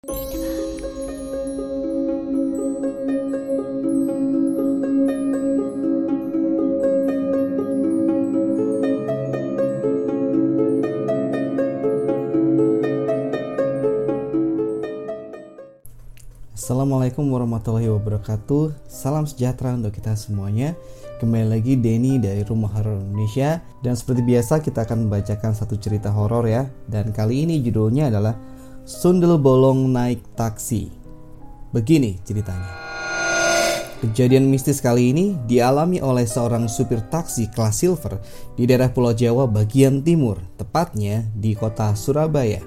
Assalamualaikum warahmatullahi wabarakatuh. Salam sejahtera untuk kita semuanya. Kembali lagi Denny dari Rumah Horor Indonesia. Dan seperti biasa kita akan membacakan satu cerita horor ya. Dan kali ini judulnya adalah Sundel Bolong Naik Taksi. Begini ceritanya. Kejadian mistis kali ini dialami oleh seorang supir taksi kelas silver di daerah Pulau Jawa bagian timur, tepatnya di kota Surabaya.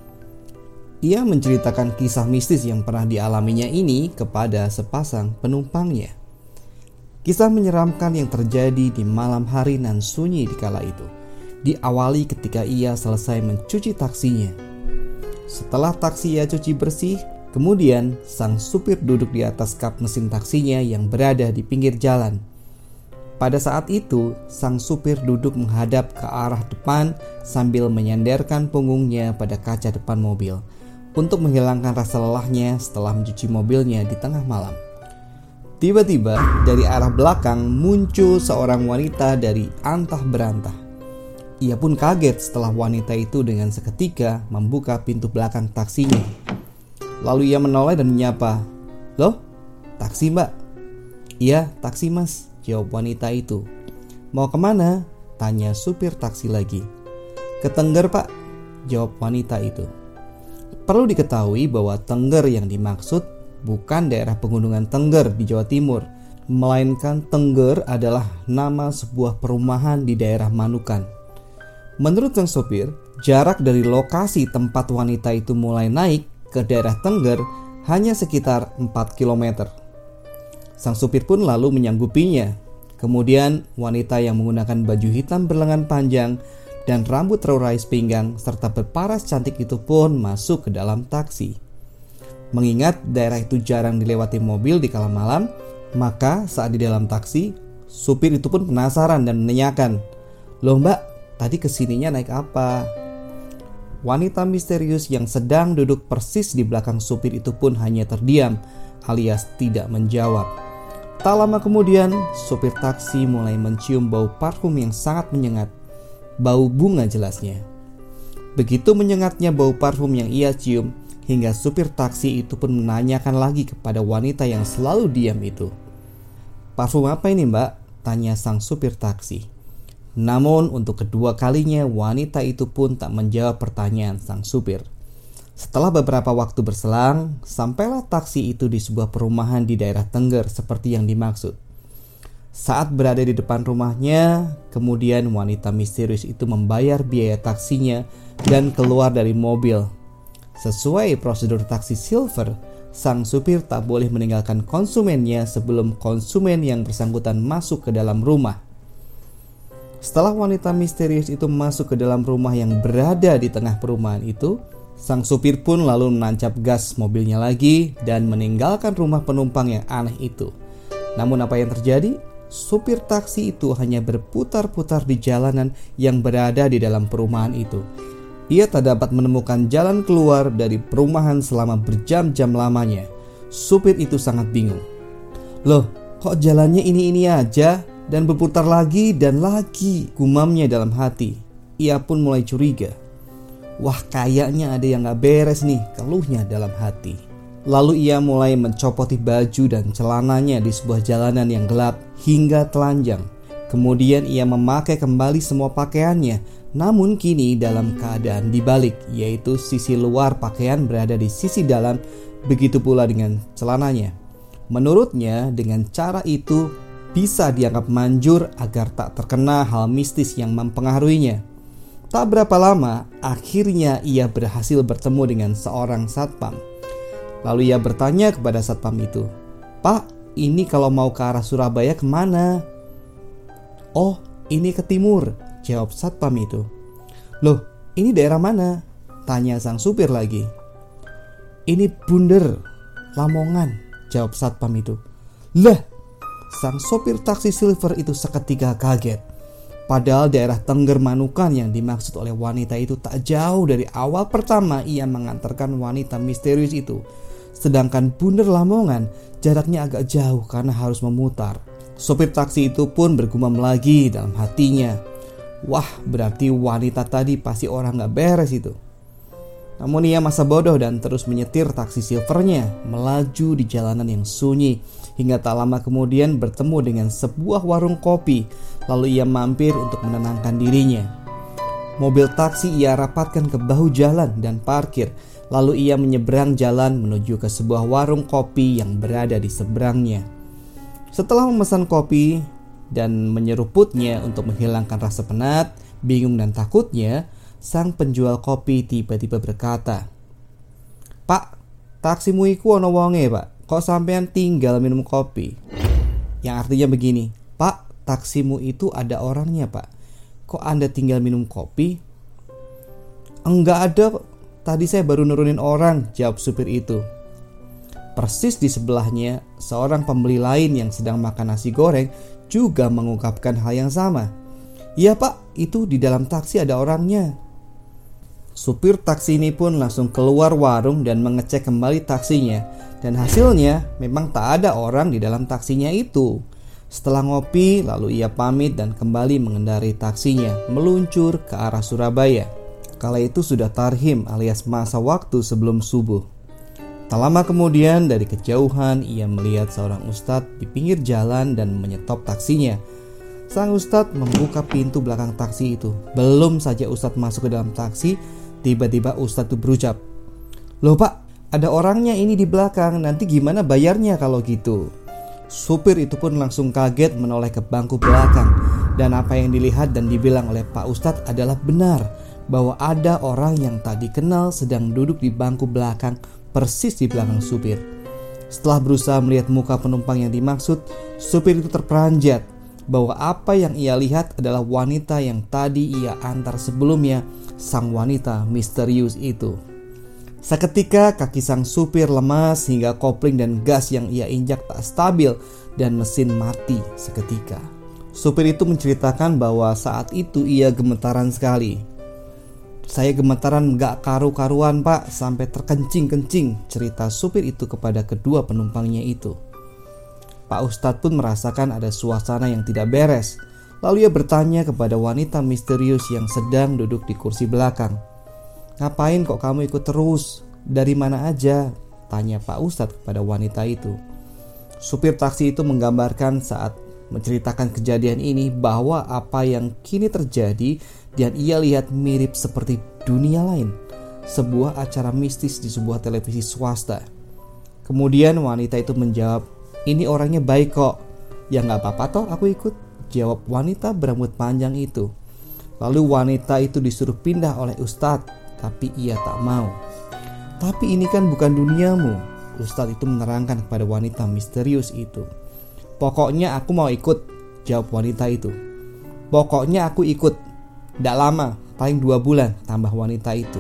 Ia menceritakan kisah mistis yang pernah dialaminya ini kepada sepasang penumpangnya. Kisah menyeramkan yang terjadi di malam hari nan sunyi di kala itu diawali ketika ia selesai mencuci taksinya. Setelah taksi ia cuci bersih, kemudian sang supir duduk di atas kap mesin taksinya yang berada di pinggir jalan. Pada saat itu, sang supir duduk menghadap ke arah depan sambil menyandarkan punggungnya pada kaca depan mobil untuk menghilangkan rasa lelahnya setelah mencuci mobilnya di tengah malam. Tiba-tiba dari arah belakang muncul seorang wanita dari antah berantah. Ia pun kaget setelah wanita itu dengan seketika membuka pintu belakang taksinya. Lalu ia menoleh dan menyapa, "Loh, taksi mbak?" "Iya, taksi mas," jawab wanita itu. "Mau kemana?" tanya supir taksi lagi. "Ke Tengger pak," jawab wanita itu. Perlu diketahui bahwa Tengger yang dimaksud bukan daerah pegunungan Tengger di Jawa Timur, melainkan Tengger adalah nama sebuah perumahan di daerah Manukan. Menurut sang sopir, jarak dari lokasi tempat wanita itu mulai naik ke daerah Tengger hanya sekitar 4 km. Sang supir pun lalu menyanggupinya. Kemudian wanita yang menggunakan baju hitam berlengan panjang dan rambut terurai sepinggang serta berparas cantik itu pun masuk ke dalam taksi. Mengingat daerah itu jarang dilewati mobil di kala malam, maka saat di dalam taksi, supir itu pun penasaran dan menanyakan, "Loh mbak, tadi kesininya naik apa?" Wanita misterius yang sedang duduk persis di belakang supir itu pun hanya terdiam alias tidak menjawab. Tak lama kemudian, supir taksi mulai mencium bau parfum yang sangat menyengat. Bau bunga jelasnya. Begitu menyengatnya bau parfum yang ia cium, hingga supir taksi itu pun menanyakan lagi kepada wanita yang selalu diam itu. "Parfum apa ini mbak?" tanya sang supir taksi. Namun untuk kedua kalinya wanita itu pun tak menjawab pertanyaan sang supir. Setelah beberapa waktu berselang, sampailah taksi itu di sebuah perumahan di daerah Tengger seperti yang dimaksud. Saat berada di depan rumahnya, kemudian wanita misterius itu membayar biaya taksinya dan keluar dari mobil. Sesuai prosedur taksi silver, sang supir tak boleh meninggalkan konsumennya sebelum konsumen yang bersangkutan masuk ke dalam rumah. Setelah wanita misterius itu masuk ke dalam rumah yang berada di tengah perumahan itu, sang supir pun lalu menancap gas mobilnya lagi dan meninggalkan rumah penumpang yang aneh itu. Namun apa yang terjadi? Supir taksi itu hanya berputar-putar di jalanan yang berada di dalam perumahan itu. Ia tak dapat menemukan jalan keluar dari perumahan selama berjam-jam lamanya. Supir itu sangat bingung. "Loh, kok jalannya ini aja dan berputar lagi dan lagi?" gumamnya dalam hati. Ia pun mulai curiga. "Wah, kayaknya ada yang gak beres nih," keluhnya dalam hati. Lalu ia mulai mencopoti baju dan celananya di sebuah jalanan yang gelap hingga telanjang. Kemudian ia memakai kembali semua pakaiannya, namun kini dalam keadaan dibalik, yaitu sisi luar pakaian berada di sisi dalam, begitu pula dengan celananya. Menurutnya dengan cara itu bisa dianggap manjur agar tak terkena hal mistis yang mempengaruhinya. Tak berapa lama, akhirnya ia berhasil bertemu dengan seorang satpam. Lalu ia bertanya kepada satpam itu, "Pak, ini kalau mau ke arah Surabaya kemana?" "Oh, ini ke timur," jawab satpam itu. "Loh, ini daerah mana?" tanya sang supir lagi. "Ini Bunder, Lamongan," jawab satpam itu. Lah, sang sopir taksi silver itu seketika kaget. Padahal daerah Tengger Manukan yang dimaksud oleh wanita itu tak jauh dari awal pertama ia mengantarkan wanita misterius itu. Sedangkan Bunder Lamongan jaraknya agak jauh karena harus memutar. Sopir taksi itu pun bergumam lagi dalam hatinya. Wah, berarti wanita tadi pasti orang gak beres itu. Namun ia masa bodoh dan terus menyetir taksi silvernya melaju di jalanan yang sunyi hingga tak lama kemudian bertemu dengan sebuah warung kopi. Lalu ia mampir untuk menenangkan dirinya. Mobil taksi ia rapatkan ke bahu jalan dan parkir. Lalu ia menyeberang jalan menuju ke sebuah warung kopi yang berada di seberangnya. Setelah memesan kopi dan menyeruputnya untuk menghilangkan rasa penat, bingung dan takutnya, sang penjual kopi tiba-tiba berkata, "Pak, taksimu iku ono wonge, Pak. Kok sampean tinggal minum kopi?" Yang artinya begini, "Pak, taksimu itu ada orangnya, Pak. Kok Anda tinggal minum kopi?" "Enggak ada, tadi saya baru nurunin orang," jawab supir itu. Persis di sebelahnya, seorang pembeli lain yang sedang makan nasi goreng juga mengungkapkan hal yang sama. "Iya, Pak, itu di dalam taksi ada orangnya." Supir taksi ini pun langsung keluar warung dan mengecek kembali taksinya. Dan hasilnya memang tak ada orang di dalam taksinya itu. Setelah ngopi, lalu ia pamit dan kembali mengendarai taksinya meluncur ke arah Surabaya. Kala itu sudah tarhim alias masa waktu sebelum subuh. Tak lama kemudian dari kejauhan ia melihat seorang ustadz di pinggir jalan dan menyetop taksinya. Sang ustadz membuka pintu belakang taksi itu. Belum saja ustadz masuk ke dalam taksi, tiba-tiba ustadz itu berucap, "Loh Pak, ada orangnya ini di belakang, nanti gimana bayarnya kalau gitu?" Supir itu pun langsung kaget menoleh ke bangku belakang. Dan apa yang dilihat dan dibilang oleh Pak Ustadz adalah benar, bahwa ada orang yang tak dikenal sedang duduk di bangku belakang persis di belakang supir. Setelah berusaha melihat muka penumpang yang dimaksud, supir itu terperanjat bahwa apa yang ia lihat adalah wanita yang tadi ia antar sebelumnya, sang wanita misterius itu. Seketika kaki sang supir lemas hingga kopling dan gas yang ia injak tak stabil dan mesin mati seketika. Supir itu menceritakan bahwa saat itu ia gemetaran sekali. "Saya gemetaran gak karu-karuan Pak, sampai terkencing-kencing," cerita supir itu kepada kedua penumpangnya itu. Pak Ustadz pun merasakan ada suasana yang tidak beres. Lalu ia bertanya kepada wanita misterius yang sedang duduk di kursi belakang. "Ngapain kok kamu ikut terus? Dari mana aja?" tanya Pak Ustadz kepada wanita itu. Supir taksi itu menggambarkan saat menceritakan kejadian ini bahwa apa yang kini terjadi dan ia lihat mirip seperti dunia lain, sebuah acara mistis di sebuah televisi swasta. Kemudian wanita itu menjawab, "Ini orangnya baik kok." "Ya gak apa-apa toh aku ikut," jawab wanita berambut panjang itu. Lalu wanita itu disuruh pindah oleh Ustadz, tapi ia tak mau. "Tapi ini kan bukan duniamu," Ustadz itu menerangkan kepada wanita misterius itu. "Pokoknya aku mau ikut," jawab wanita itu. "Pokoknya aku ikut. Nggak lama, paling 2 bulan," tambah wanita itu.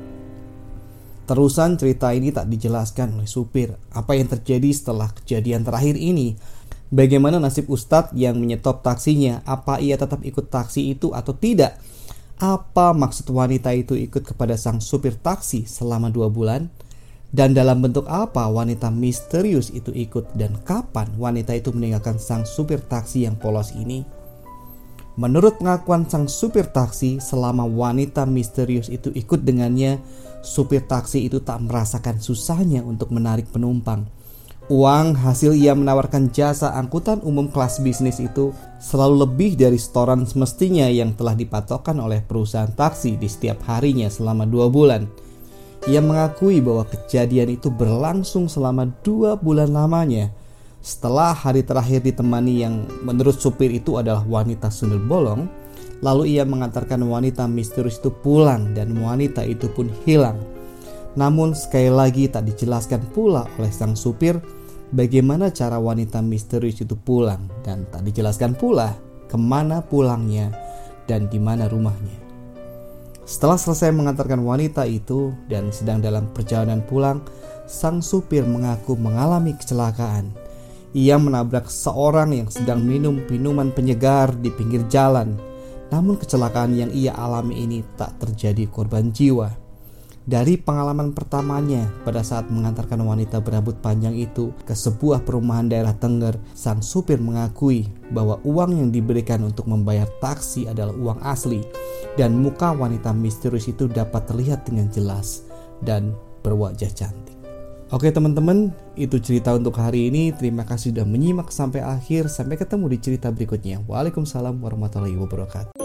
Terusan cerita ini tak dijelaskan oleh supir. Apa yang terjadi setelah kejadian terakhir ini? Bagaimana nasib Ustadz yang menyetop taksinya? Apa ia tetap ikut taksi itu atau tidak? Apa maksud wanita itu ikut kepada sang supir taksi selama 2 bulan? Dan dalam bentuk apa wanita misterius itu ikut? Dan kapan wanita itu meninggalkan sang supir taksi yang polos ini? Menurut pengakuan sang supir taksi, selama wanita misterius itu ikut dengannya, supir taksi itu tak merasakan susahnya untuk menarik penumpang. Uang hasil ia menawarkan jasa angkutan umum kelas bisnis itu selalu lebih dari setoran semestinya yang telah dipatokkan oleh perusahaan taksi di setiap harinya selama 2 bulan. Ia mengakui bahwa kejadian itu berlangsung selama 2 bulan lamanya. Setelah hari terakhir ditemani yang menurut supir itu adalah wanita sundel bolong, lalu ia mengantarkan wanita misterius itu pulang dan wanita itu pun hilang. Namun sekali lagi tak dijelaskan pula oleh sang supir bagaimana cara wanita misterius itu pulang, dan tak dijelaskan pula kemana pulangnya dan di mana rumahnya. Setelah selesai mengantarkan wanita itu dan sedang dalam perjalanan pulang, sang supir mengaku mengalami kecelakaan. Ia menabrak seorang yang sedang minum minuman penyegar di pinggir jalan Namun kecelakaan yang ia alami ini tak terjadi korban jiwa. Dari pengalaman pertamanya pada saat mengantarkan wanita berambut panjang itu ke sebuah perumahan daerah Tengger, sang supir mengakui bahwa uang yang diberikan untuk membayar taksi adalah uang asli dan muka wanita misterius itu dapat terlihat dengan jelas dan berwajah cantik. Oke teman-teman, itu cerita untuk hari ini. Terima kasih sudah menyimak sampai akhir. Sampai ketemu di cerita berikutnya. Waalaikumsalam warahmatullahi wabarakatuh.